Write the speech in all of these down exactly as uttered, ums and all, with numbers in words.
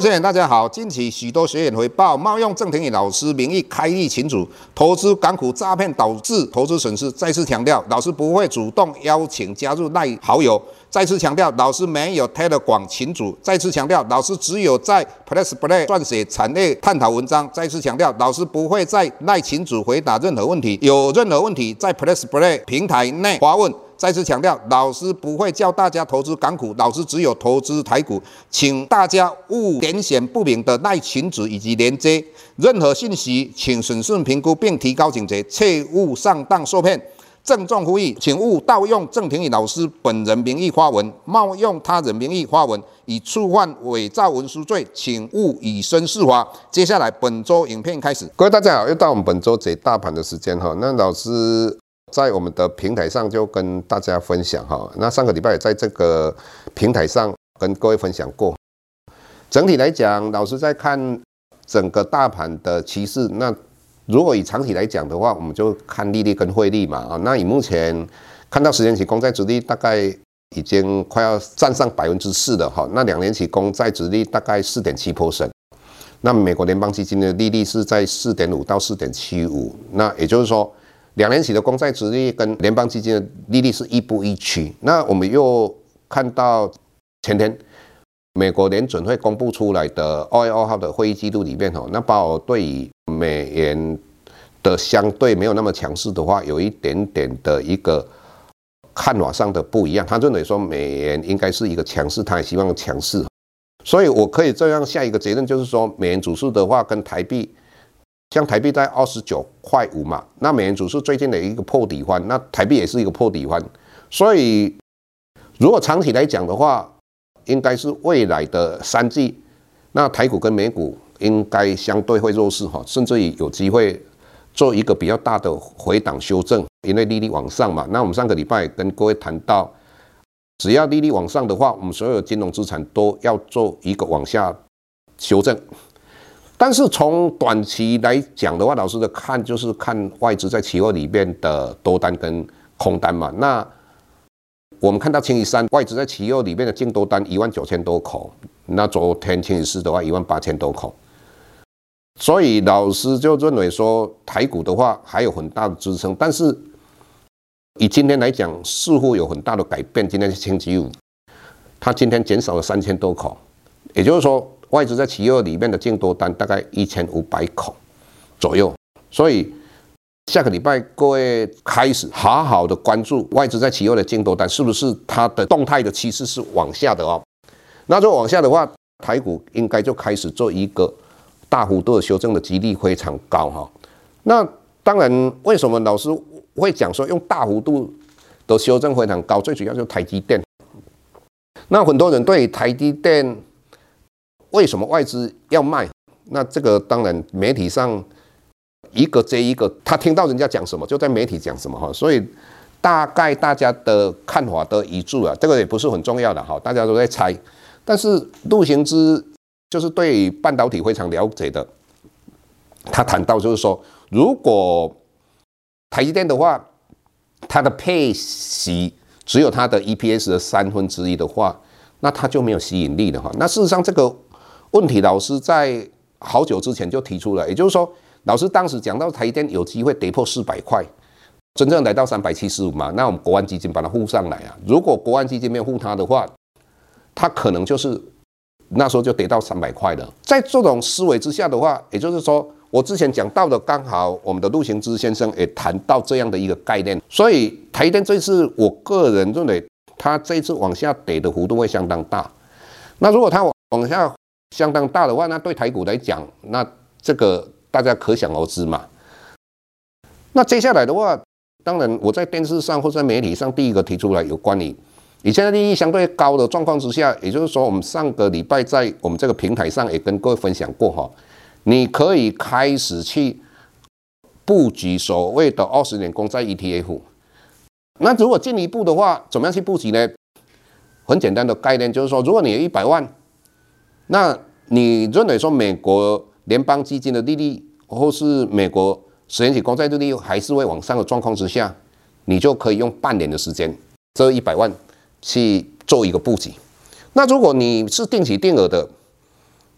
学员大家好，近期许多学员回报冒用郑庭宇老师名义开立群组，投资港股诈骗导致投资损失。再次强调，老师不会主动邀请加入赖好友。再次强调，老师没有 Telegram 群组。再次强调，老师只有在 Plus Play 撰写产业探讨文章。再次强调，老师不会在赖群组回答任何问题，有任何问题在 Plus Play 平台内发问。再次强调，老师不会教大家投资港股，老师只有投资台股，请大家勿点选不明的赖群组以及连接，任何信息请审慎评估并提高警觉，切勿上当受骗。郑重呼吁，请勿盗用郑庭宇老师本人名义发文，冒用他人名义发文，以触犯伪造文书罪，请勿以身试法。接下来本周影片开始， 各位大家好，又到我们本周解大盘的时间哈。那老师在我们的平台上就跟大家分享哈，那上个礼拜也在这个平台上跟各位分享过。整体来讲，老师在看整个大盘的趋势，那如果以长期来讲的话，我们就看利率跟汇率嘛啊。那以目前看到十年期公债殖利率大概已经快要站上百分之四了哈，那两年期公债殖利率大概四点七 percent。那美国联邦基金的利率是在四点五到四点七五，那也就是说，两年期的公债殖利率跟联邦基金的利率是亦步亦趋。那我们又看到前天美国联准会公布出来的二月二号的会议记录里面，那鲍尔对于美元的相对没有那么强势的话，有一点点的一个看法上的不一样。他认为说美元应该是一个强势，他也希望强势。所以我可以这样下一个结论，就是说美元指数的话跟台币。像台币在二十九块五嘛，那美元指数最近的一个破底翻，那台币也是一个破底翻，所以如果长期来讲的话，应该是未来的三季，那台股跟美股应该相对会弱势哈，甚至于有机会做一个比较大的回档修正，因为利率往上嘛。那我们上个礼拜跟各位谈到，只要利率往上的话，我们所有金融资产都要做一个往下修正。但是从短期来讲的话，老师的看就是看外资在期货里面的多单跟空单嘛。那我们看到星期三外资在期货里面的净多单一万九千多口，那昨天星期四的话一万八千多口，所以老师就认为说台股的话还有很大的支撑，但是以今天来讲似乎有很大的改变。今天是星期五，它今天减少了三千多口，也就是说。外资在期货里面的净多单大概一千五百口左右，所以下个礼拜各位开始好好的关注外资在期货的净多单是不是它的动态的趋势是往下的哦。那如果往下的话，台股应该就开始做一个大幅度的修正的几率非常高哈。那当然，为什么老师会讲说用大幅度的修正非常高？最主要就是台积电。那很多人对台积电为什么外资要卖？那这个当然媒体上一个接一个，他听到人家讲什么就在媒体讲什么哈，所以大概大家的看法都一致啊，这个也不是很重要的哈，大家都在猜。但是陆行之就是对半导体非常了解的，他谈到就是说，如果台积电的话，它的配息只有它的 E P S 的三分之一的话，那它就没有吸引力了哈。那事实上这个问题老师在好久之前就提出了，也就是说，老师当时讲到台积电有机会跌破四百块，真正来到三百七十五嘛，那我们国安基金把它护上来啊。如果国安基金没有护它的话，它可能就是那时候就跌到三百块了。在这种思维之下的话，也就是说，我之前讲到的，刚好我们的陆行之先生也谈到这样的一个概念，所以台积电这次我个人认为，它这一次往下跌的幅度会相当大。那如果它往下相当大的话，那对台股来讲，那这个大家可想而知嘛。那接下来的话，当然我在电视上或者在媒体上第一个提出来有关于以现在利益相对高的状况之下，也就是说，我们上个礼拜在我们这个平台上也跟各位分享过哈，你可以开始去布局所谓的二十年公债 E T F。那如果进一步的话，怎么样去布局呢？很简单的概念就是说，如果你有一百万，那你认为说美国联邦基金的利率，或是美国十年期公债利率还是会往上的状况之下，你就可以用半年的时间，这一百万去做一个布局。那如果你是定期定额的，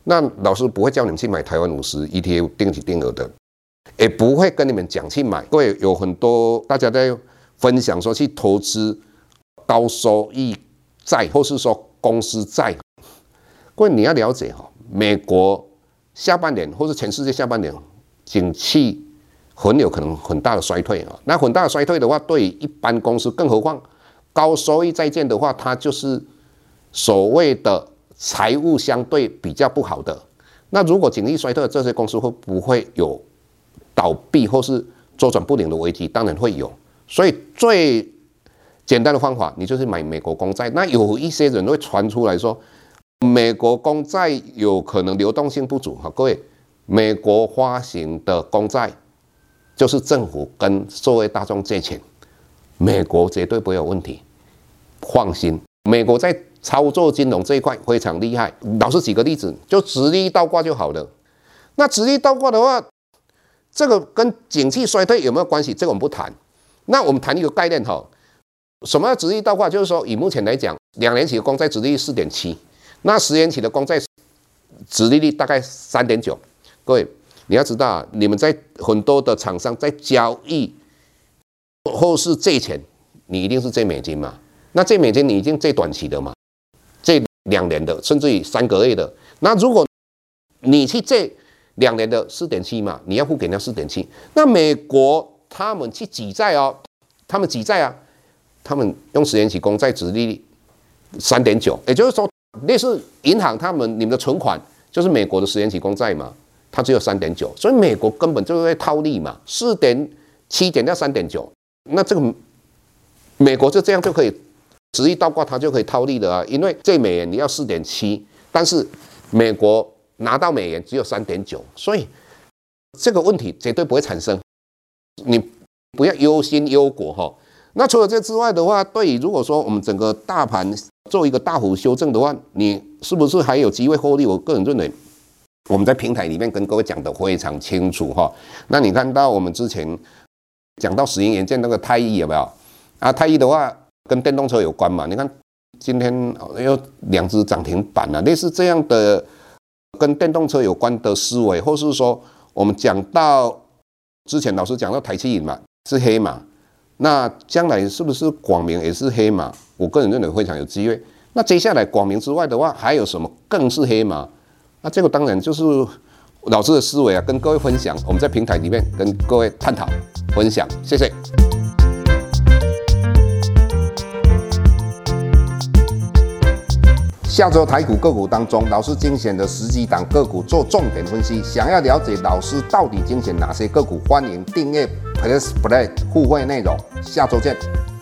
那老师不会叫你们去买台湾五十 E T F 定期定额的，也不会跟你们讲去买。各位有很多大家在分享说去投资高收益债，或是说公司债。各位你要了解哈，美国下半年或是全世界下半年景气很有可能很大的衰退啊。那很大的衰退的话，对于一般公司，更何况高收益债券的话，它就是所谓的财务相对比较不好的。那如果景气衰退，这些公司会不会有倒闭或是周转不灵的危机？当然会有。所以最简单的方法，你就是买美国公债。那有一些人会传出来说，美国公债有可能流动性不足。哈，各位，美国发行的公债就是政府跟社会大众借钱，美国绝对不会有问题，放心。美国在操作金融这一块非常厉害。老师举个例子，就殖利率倒挂就好了。那殖利率倒挂的话，这个跟景气衰退有没有关系？这个我们不谈。那我们谈一个概念哈，什么叫殖利率倒挂？就是说，以目前来讲，两年期的公债殖利率 四点七， 那十年期的公债殖利率大概 三点九。各位，你要知道，你们在很多的厂商在交易或是借钱，你一定是借美金嘛？那借美金你已经借短期的嘛？借两年的，甚至于三个月的。那如果你去借两年的 四点七 嘛，你要付给人家 四点七。那美国他们去挤债哦，他们挤债啊，他们用十年期公债殖利率 三点九， 也就是说，类似银行他们你们的存款就是美国的十年期公债嘛，它只有 三点九， 所以美国根本就是在套利嘛， 四点七 减掉 三点九， 那这个美国就这样就可以殖利率倒挂，它就可以套利的啊，因为这美元你要 四点七， 但是美国拿到美元只有 三点九， 所以这个问题绝对不会产生，你不要忧心忧国哈。那除了这之外的话，对于如果说我们整个大盘做一个大幅修正的话，你是不是还有机会获利？我个人认为，我们在平台里面跟各位讲的非常清楚哈。那你看到我们之前讲到石英元件那个太一有没有啊？太一的话跟电动车有关嘛？你看今天有两只涨停板了、啊，类似这样的跟电动车有关的思维，或是说我们讲到之前老师讲到台积银嘛是黑马，那将来是不是广明也是黑马？我个人认为非常有机会。那接下来广明之外的话，还有什么更是黑马？那这个当然就是老师的思维啊，跟各位分享。我们在平台里面跟各位探讨分享，谢谢。 下周台股个股当中，老师精选的十几档个股做重点分析。想要了解老师到底精选哪些个股，欢迎订阅 Plus Play 互惠内容。下周见。